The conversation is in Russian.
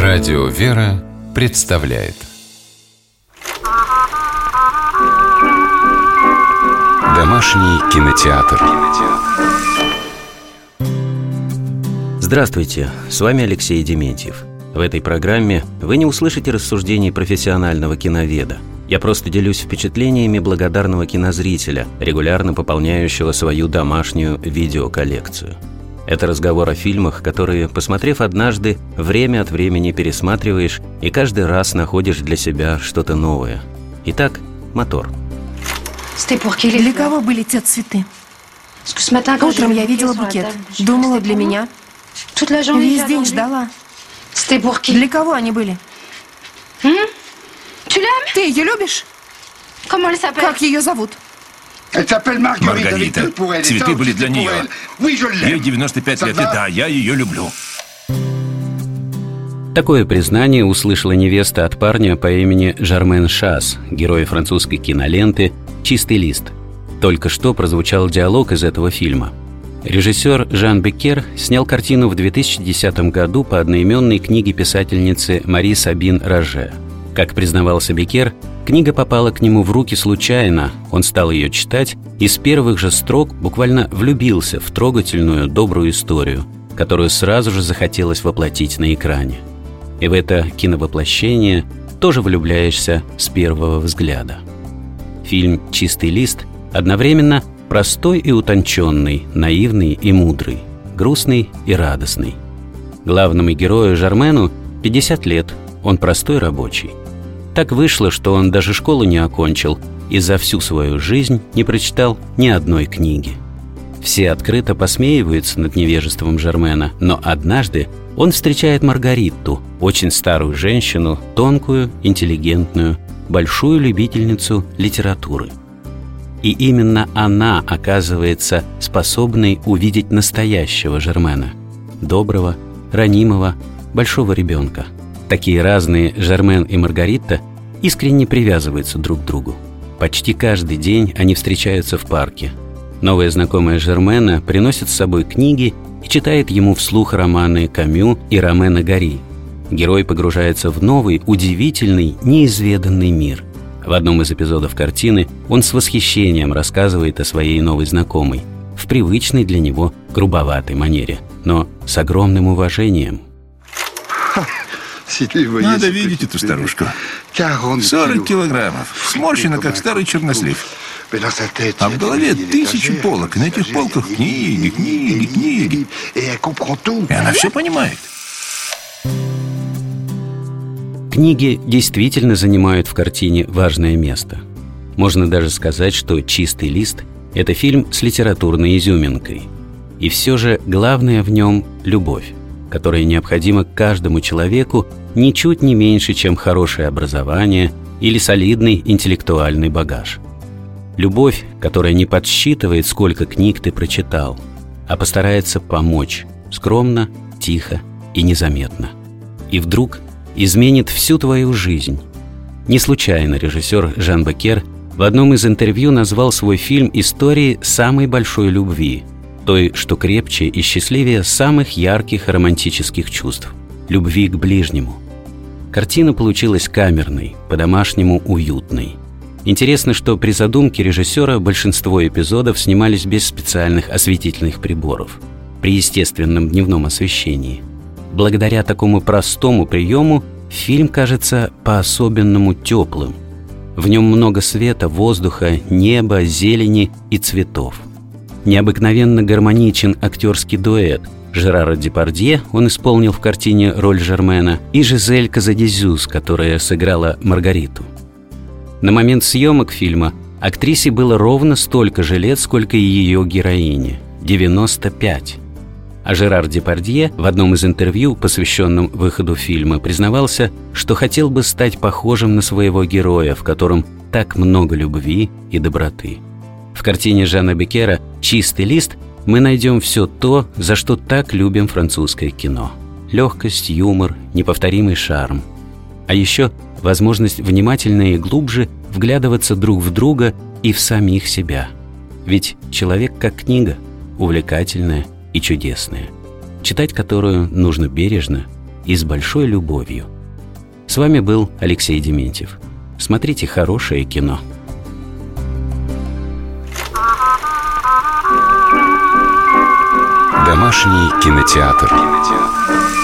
Радио «Вера» представляет Домашний кинотеатр. Здравствуйте, с вами Алексей Дементьев. В этой программе вы не услышите рассуждений профессионального киноведа. Я просто делюсь впечатлениями благодарного кинозрителя, регулярно пополняющего свою домашнюю видеоколлекцию. Это разговор о фильмах, которые, посмотрев однажды, время от времени пересматриваешь и каждый раз находишь для себя что-то новое. Итак, мотор. Для кого были те цветы? Утром я видела букет. Думала, для меня. Весь день ждала. Для кого они были? Ты ее любишь? Как ее зовут? Маргарита. Цветы были для нее. Ей 95 лет, и да, я ее люблю. Такое признание услышала невеста от парня по имени Жермен Шас, героя французской киноленты «Чистый лист». Только что прозвучал диалог из этого фильма. Режиссер Жан Беккер снял картину в 2010 году по одноименной книге писательницы Мари Сабин Роже. Как признавался Беккер, книга попала к нему в руки случайно, он стал ее читать и с первых же строк буквально влюбился в трогательную, добрую историю, которую сразу же захотелось воплотить на экране. И в это киновоплощение тоже влюбляешься с первого взгляда. Фильм «Чистый лист» одновременно простой и утонченный, наивный и мудрый, грустный и радостный. Главному герою Жермену 50 лет, он простой рабочий. Так вышло, что он даже школу не окончил и за всю свою жизнь не прочитал ни одной книги. Все открыто посмеиваются над невежеством Жермена, но однажды он встречает Маргариту, очень старую женщину, тонкую, интеллигентную, большую любительницу литературы. И именно она оказывается способной увидеть настоящего Жермена, доброго, ранимого, большого ребенка. Такие разные Жермен и Маргарита искренне привязываются друг к другу. Почти каждый день они встречаются в парке. Новая знакомая Жермена приносит с собой книги и читает ему вслух романы Камю и Ромена Гари. Герой погружается в новый, удивительный, неизведанный мир. В одном из эпизодов картины он с восхищением рассказывает о своей новой знакомой, в привычной для него грубоватой манере, но с огромным уважением. Надо видеть эту старушку. 40 килограммов, сморщена, как старый чернослив. А в голове 1000 полок, и на этих полках книги. И она все понимает. Книги действительно занимают в картине важное место. Можно даже сказать, что «Чистый лист» — это фильм с литературной изюминкой. И все же главное в нем — любовь, которая необходима каждому человеку ничуть не меньше, чем хорошее образование или солидный интеллектуальный багаж. Любовь, которая не подсчитывает, сколько книг ты прочитал, а постарается помочь скромно, тихо и незаметно. И вдруг изменит всю твою жизнь. Не случайно режиссер Жан Беккер в одном из интервью назвал свой фильм историей самой большой любви, той, что крепче и счастливее самых ярких романтических чувств – любви к ближнему. Картина получилась камерной, по-домашнему уютной. Интересно, что при задумке режиссера большинство эпизодов снимались без специальных осветительных приборов, при естественном дневном освещении. Благодаря такому простому приему фильм кажется по-особенному теплым. В нем много света, воздуха, неба, зелени и цветов. Необыкновенно гармоничен актерский дуэт. Жерара Депардье, он исполнил в картине роль Жермена, и Жизель Казадезюс, которая сыграла Маргариту. На момент съемок фильма актрисе было ровно столько же лет, сколько и ее героине – 95. А Жерар Депардье в одном из интервью, посвященном выходу фильма, признавался, что хотел бы стать похожим на своего героя, в котором так много любви и доброты. В картине Жана Беккера «Чистый лист» мы найдем все то, за что так любим французское кино. Легкость, юмор, неповторимый шарм. А еще возможность внимательно и глубже вглядываться друг в друга и в самих себя. Ведь человек как книга, увлекательная и чудесная, читать которую нужно бережно и с большой любовью. С вами был Алексей Дементьев. Смотрите хорошее кино. Домашний кинотеатр.